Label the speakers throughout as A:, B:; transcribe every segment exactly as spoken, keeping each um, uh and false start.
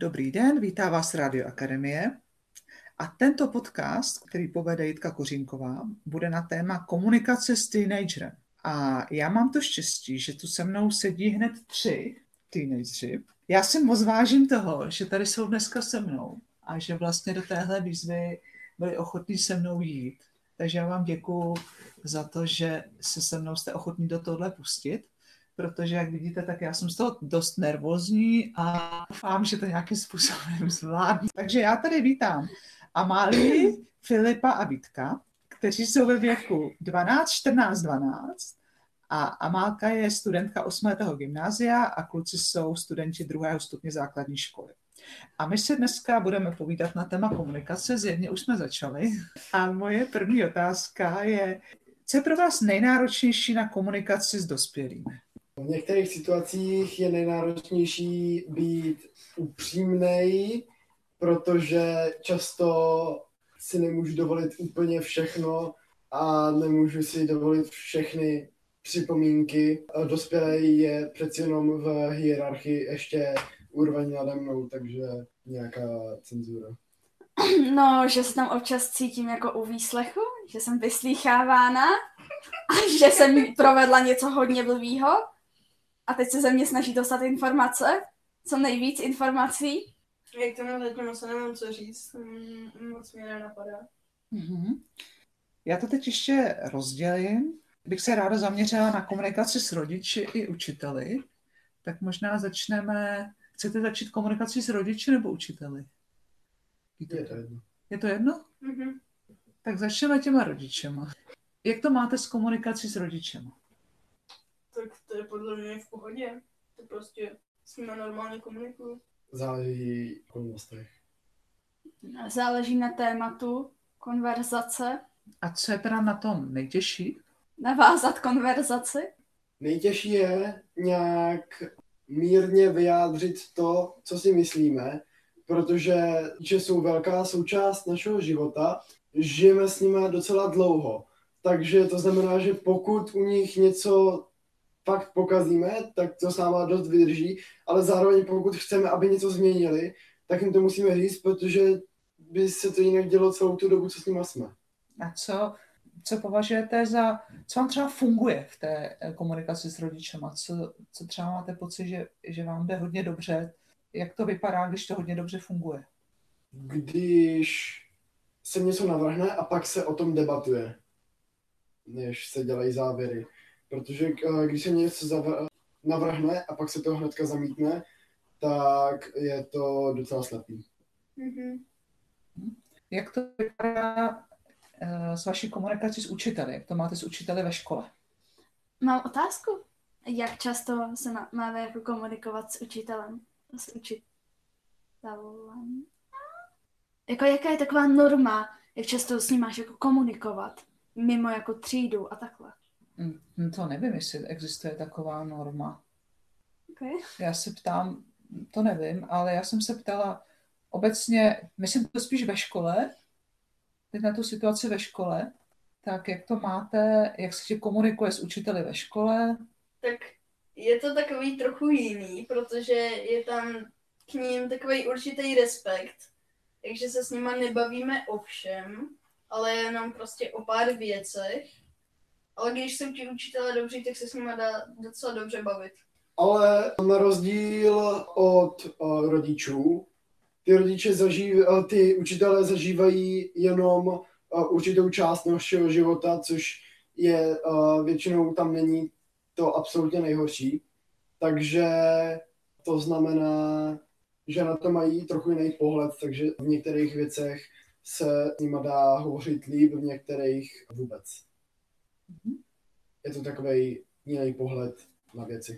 A: Dobrý den, vítá vás Rádio Akademie a tento podcast, který povede Jitka Kořínková, bude na téma komunikace s teenagerem. A já mám to štěstí, že tu se mnou sedí hned tři teenageři. Já si moc vážím toho, že tady jsou dneska se mnou a že vlastně do téhle výzvy byli ochotní se mnou jít. Takže já vám děkuju za to, že se se mnou jste ochotní do tohle pustit, protože jak vidíte, tak já jsem z toho dost nervózní a doufám, že to nějakým způsobem zvládnu. Takže já tady vítám Amálii, Filipa a Vítka, kteří jsou ve věku dvanáct, čtrnáct, dvanáct a Amálka je studentka osmého gymnázia a kluci jsou studenti druhého stupně základní školy. A my se dneska budeme povídat na téma komunikace, zjevně už jsme začali. A moje první otázka je, co je pro vás nejnáročnější na komunikaci s dospělými?
B: V některých situacích je nejnáročnější být upřímnej, protože často si nemůžu dovolit úplně všechno a nemůžu si dovolit všechny připomínky. Dospělý je přeci jenom v hierarchii ještě úroveň nade mnou, takže nějaká cenzura.
C: No, že se tam občas cítím jako u výslechu, že jsem vyslýchávána a že jsem provedla něco hodně blbýho a teď se ze mě snaží dostat informace, co nejvíc informací.
D: Jak to mám teď, moc nemám co říct, moc mě nenapadá.
A: Mm-hmm. Já to teď ještě rozdělím. Bych se ráda zaměřila na komunikaci s rodiči i učiteli, tak možná začneme. Chcete začít komunikaci s rodiči nebo učiteli?
B: Je to jedno.
A: Je to jedno?
D: Mm-hmm.
A: Tak začneme těma rodičema. Jak to máte s komunikací s rodičema?
D: Tak to je podle mě v pohodě. To prostě s nimi normálně komunikuju.
B: Záleží v okolnostech.
C: Záleží na tématu, konverzace.
A: A co je teda na tom nejtěžší?
C: Navázat konverzaci.
B: Nejtěžší je nějak mírně vyjádřit to, co si myslíme, protože že jsou velká součást našeho života, žijeme s nimi docela dlouho. Takže to znamená, že pokud u nich něco fakt pokazíme, tak to s náma dost vydrží, ale zároveň pokud chceme, aby něco změnili, tak jim to musíme říct, protože by se to jinak dělo celou tu dobu, co s nimi jsme.
A: A co, co považujete za, co vám třeba funguje v té komunikaci s rodičema? Co, co třeba máte pocit, že, že vám jde hodně dobře? Jak to vypadá, když to hodně dobře funguje?
B: Když se něco navrhne a pak se o tom debatuje, než se dělají závěry. Protože když se něco navrhne a pak se to hnedka zamítne, tak je to docela slepý.
D: Mm-hmm.
A: Jak to vypadá s vaší komunikací s učiteli? Jak to máte s učiteli ve škole?
C: Mám otázku. Jak často se máme jako komunikovat s učitelem? S učitelem? Jako jaká je taková norma? Jak často s ním máš jako komunikovat? Mimo jako třídu a takhle.
A: To nevím, jestli existuje taková norma.
C: Okay.
A: Já se ptám, to nevím, ale já jsem se ptala obecně, myslím to spíš ve škole, teď na tu situaci ve škole, tak jak to máte, jak se komunikuje s učiteli ve škole?
D: Tak je to takový trochu jiný, protože je tam k ním takový určitý respekt, takže se s nima nebavíme o všem, ale jenom prostě o pár věcech. Ale když jsou ti učitelé dobří, tak se s nimi dá docela dobře bavit.
B: Ale na rozdíl od uh, rodičů, ty rodiče zažív, uh, ty učitelé zažívají jenom uh, určitou část našeho života, což je uh, většinou tam není to absolutně nejhorší. Takže to znamená, že na to mají trochu jiný pohled, takže v některých věcech se s nimi dá hovořit líp, v některých vůbec. Je to takový jiný pohled na věci.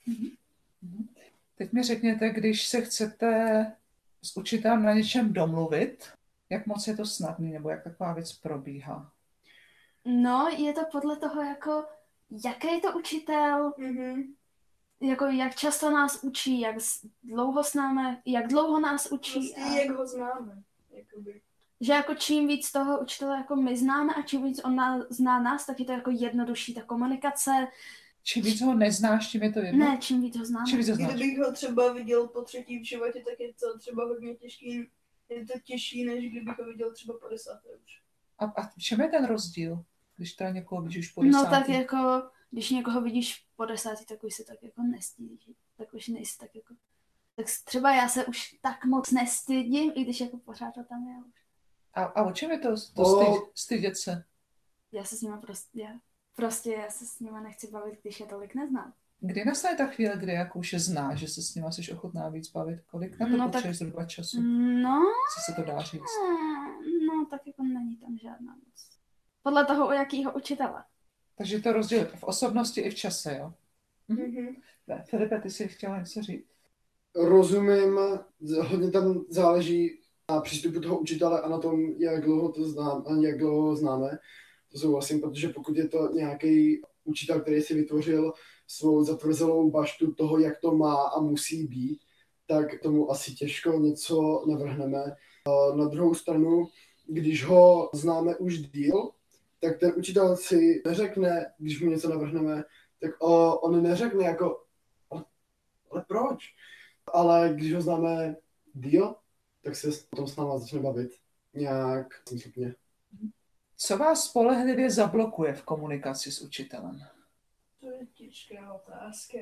A: Teď mi řekněte, když se chcete s učitelem na něčem domluvit, jak moc je to snadný, nebo jak taková věc probíhá?
C: No, je to podle toho, jako, jaký je to učitel,
D: Mm-hmm.
C: jako, jak často nás učí, jak dlouho s námi, jak dlouho nás učí.
D: Prostě
C: a...
D: jak ho známe. Jakoby.
C: Že jako čím víc toho učitele jako my známe a čím víc on ná, zná nás, tak je to jako jednodušší ta komunikace.
A: Čím víc ho neznáš, tím je to jedno?
C: Ne, čím víc ho známe.
A: Čím víc ho znáš?
D: Kdybych ho třeba viděl po třetí v životě, tak je to třeba hodně těžký. Je to těžší, než kdybych ho viděl třeba po desáté už.
A: A, a v čem je ten rozdíl, když teda někoho vidíš po desátý?
C: No tak jako, když někoho vidíš po desátý, tak už se tak jako nestydíš. Tak už nejsi tak jako... Tak třeba já se už tak moc nestydím, i když jako pořád to tam je už.
A: A, a o čem je to, to
B: O-
A: styď, stydět se?
C: Já se s nima prostě, já, prostě já se s nima nechci bavit, když je tolik neznám.
A: Kdy nastane ta chvíle, kdy jako už je znáš, že se s nima jsi ochotná víc bavit? Kolik na to
C: No
A: potřebuješ
C: tak-
A: zhruba času?
C: No,
A: Co se to dá říct?
C: no tak jako není tam žádná moc. Podle toho, u jakýho učitele.
A: Takže to rozdíl v osobnosti i v čase, jo? Mhm.
D: Mhm.
A: Ne, Filipe, ty jsi chtěla něco říct?
B: Rozumím, hodně tam záleží na přístupu toho učitele a na tom, jak dlouho to znám, a jak dlouho ho známe. To souhlasím, protože pokud je to nějaký učitel, který si vytvořil svou zatvrzelou baštu toho, jak to má a musí být, tak tomu asi těžko něco navrhneme. A na druhou stranu, když ho známe už díl, tak ten učitel si neřekne, když mu něco navrhneme, tak o, on neřekne jako, ale, ale proč? Ale když ho známe díl, tak se o tom s náma začne bavit nějak smysluplně.
A: Co vás spolehlivě zablokuje v komunikaci s učitelem?
D: To je těžká otázka.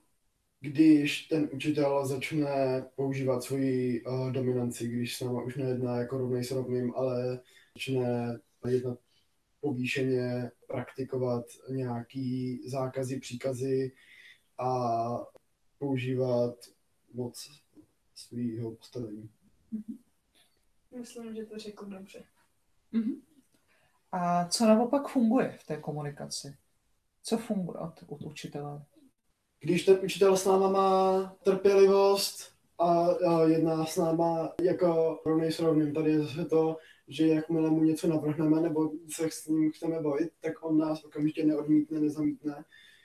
B: Když ten učitel začne používat svoji uh, dominanci, když s náma už nejedná jako rovnej s rovným, ale začne jednat povýšeně, praktikovat nějaký zákazy, příkazy a používat moc svýho postavení.
D: Myslím, že to řekl dobře.
A: Mhm. A co naopak funguje v té komunikaci? Co funguje od, od učitele?
B: Když ten učitel s náma má trpělivost a, a jedná s náma jako rovnej s rovným, tady je zase to, že jakmile mu něco navrhneme nebo se s ním chceme bavit, tak on nás okamžitě neodmítne, nezamítne,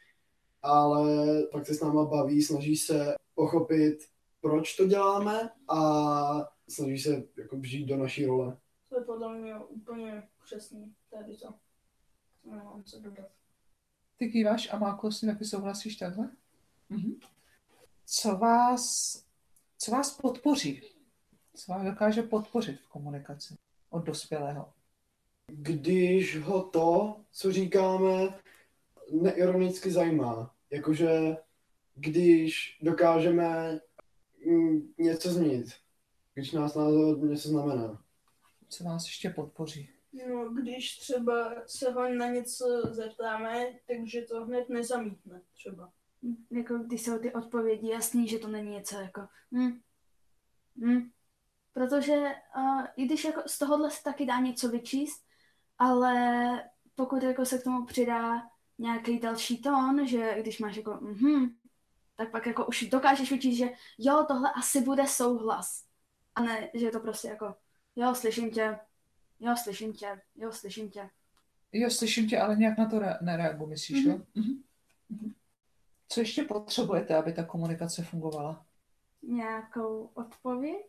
B: ale pak se s náma baví, snaží se pochopit, proč to děláme a snaží se jako vžít do naší role.
D: To je podle mě úplně přesný tady to. Nemám co dodat.
A: Ty kýváš a Máko, s tím taky souhlasíš takhle? Mhm. Co vás, co vás podpoří? Co vás dokáže podpořit v komunikaci od dospělého?
B: Když ho to, co říkáme, neironicky zajímá. Jakože když dokážeme mm, něco změnit, když nás názor něco znamená.
A: Co vás ještě podpoří?
D: No, když třeba se ho na něco zeptáme, takže to hned nezamítne třeba.
C: Jako když jsou ty odpovědi jasný, že to není něco jako hm, hm. Protože uh, i když jako z tohohle se taky dá něco vyčíst, ale pokud jako se k tomu přidá nějaký další tón, že když máš jako mhm, tak pak jako už dokážeš vyčíst, že jo, tohle asi bude souhlas. A ne, že je to prostě jako jo, slyším tě, jo, slyším tě, jo, slyším tě.
A: Jo, slyším tě, ale nějak na to re- nereaguji, myslíš,
C: Mhm.
A: jo? Mhm. Mhm. Co ještě potřebujete, aby ta komunikace fungovala?
C: Nějakou odpověď,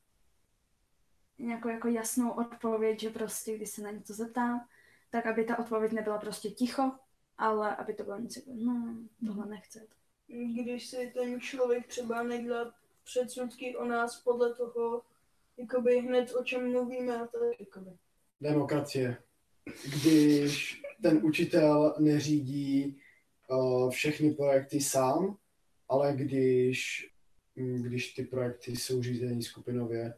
C: nějakou jako jasnou odpověď, že prostě, když se na něco zeptám, tak aby ta odpověď nebyla prostě ticho, ale aby to bylo něco jako, no, tohle nechce.
D: Když si ten člověk třeba nedělá předsudky o nás podle toho, jakoby hned o čem mluvíme a tak jakoby.
B: Demokracie. Když ten učitel neřídí uh, všechny projekty sám, ale když, mm, když ty projekty jsou řízení skupinově.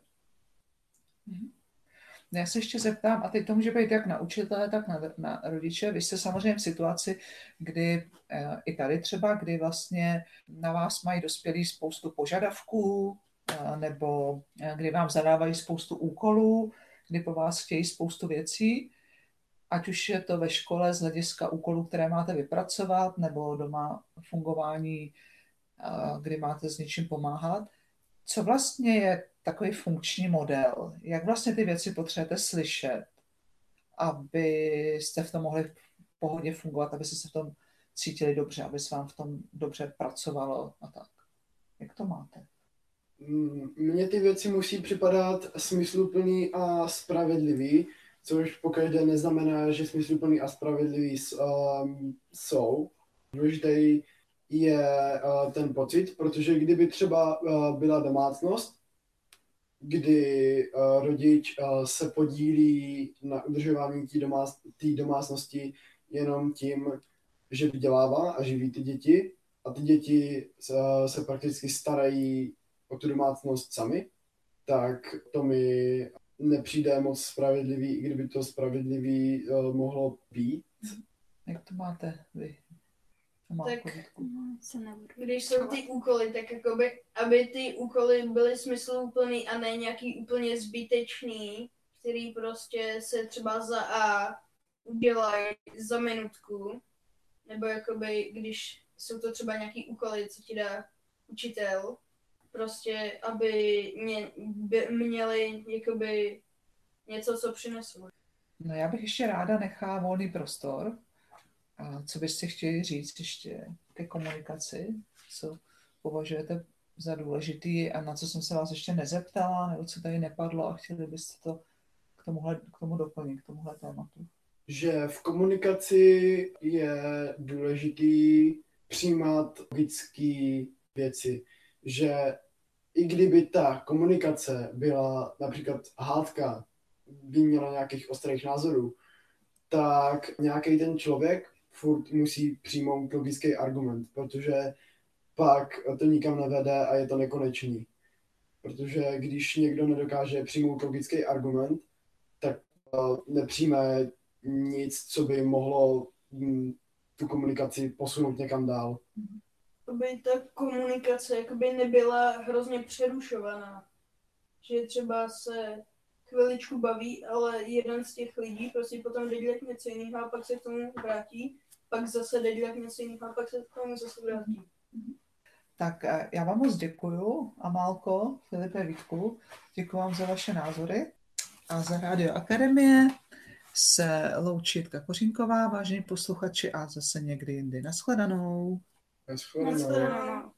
A: Já se ještě zeptám, a teď to může být jak na učitele, tak na, na rodiče. Vy jste samozřejmě v situaci, kdy e, i tady třeba, kdy vlastně na vás mají dospělí spoustu požadavků, e, nebo e, kdy vám zadávají spoustu úkolů, kdy po vás chtějí spoustu věcí, ať už je to ve škole z hlediska úkolů, které máte vypracovat, nebo doma fungování, e, kdy máte s něčím pomáhat. Co vlastně je takový funkční model? Jak vlastně ty věci potřebujete slyšet, abyste v tom mohli v pohodě fungovat, abyste se v tom cítili dobře, aby se vám v tom dobře pracovalo a tak? Jak to máte?
B: Mm, Mně ty věci musí připadat smysluplný a spravedlivý, což pokaždé neznamená, že smysluplný a spravedlivý um, jsou. Důležitý je uh, ten pocit, protože kdyby třeba uh, byla domácnost, kdy uh, rodič uh, se podílí na udržování té domás- domácnosti jenom tím, že vydělává a živí ty děti a ty děti se, se prakticky starají o tu domácnost sami, tak to mi nepřijde moc spravedlivý, i kdyby to spravedlivý uh, mohlo být.
A: Jak to máte vy? To má
D: Tak
A: pořádku.
D: když jsou ty úkoly, tak jakoby, aby ty úkoly byly smysluplný a ne nějaký úplně zbytečný, který prostě se třeba za A udělají za minutku, nebo jakoby, když jsou to třeba nějaký úkoly, co ti dá učitel, prostě, aby mě, by, měli jakoby něco, co přinesou.
A: No já bych ještě ráda nechala volný prostor. A co byste chtěli říct ještě ke komunikaci? Co považujete za důležitý a na co jsem se vás ještě nezeptala, nebo co tady nepadlo a chtěli byste to k tomuhle, k tomu doplnit, k tomuhle tématu?
B: Že v komunikaci je důležitý přijímat logické věci. Že i kdyby ta komunikace byla například hádka, výměna nějakých ostrých názorů, tak nějaký ten člověk furt musí přijmout logický argument, protože pak to nikam nevede a je to nekonečný. Protože když někdo nedokáže přijmout logický argument, tak nepřijme nic, co by mohlo tu komunikaci posunout někam dál.
D: Aby ta komunikace jakoby nebyla hrozně přerušovaná. Že třeba se chviličku baví, ale jeden z těch lidí prostě potom jde dělat něco jiného a pak se k tomu vrátí, pak zase jde dělat něco jiného a pak se k tomu zase vrátí.
A: Tak já vám moc děkuju, Amálko, Filipe, Vítku, děkuju vám za vaše názory a za Radio Akademie se loučí Jitka Kořínková, vážení posluchači, a zase někdy jindy. Nashledanou.
B: Nashledanou.
C: Nashledanou.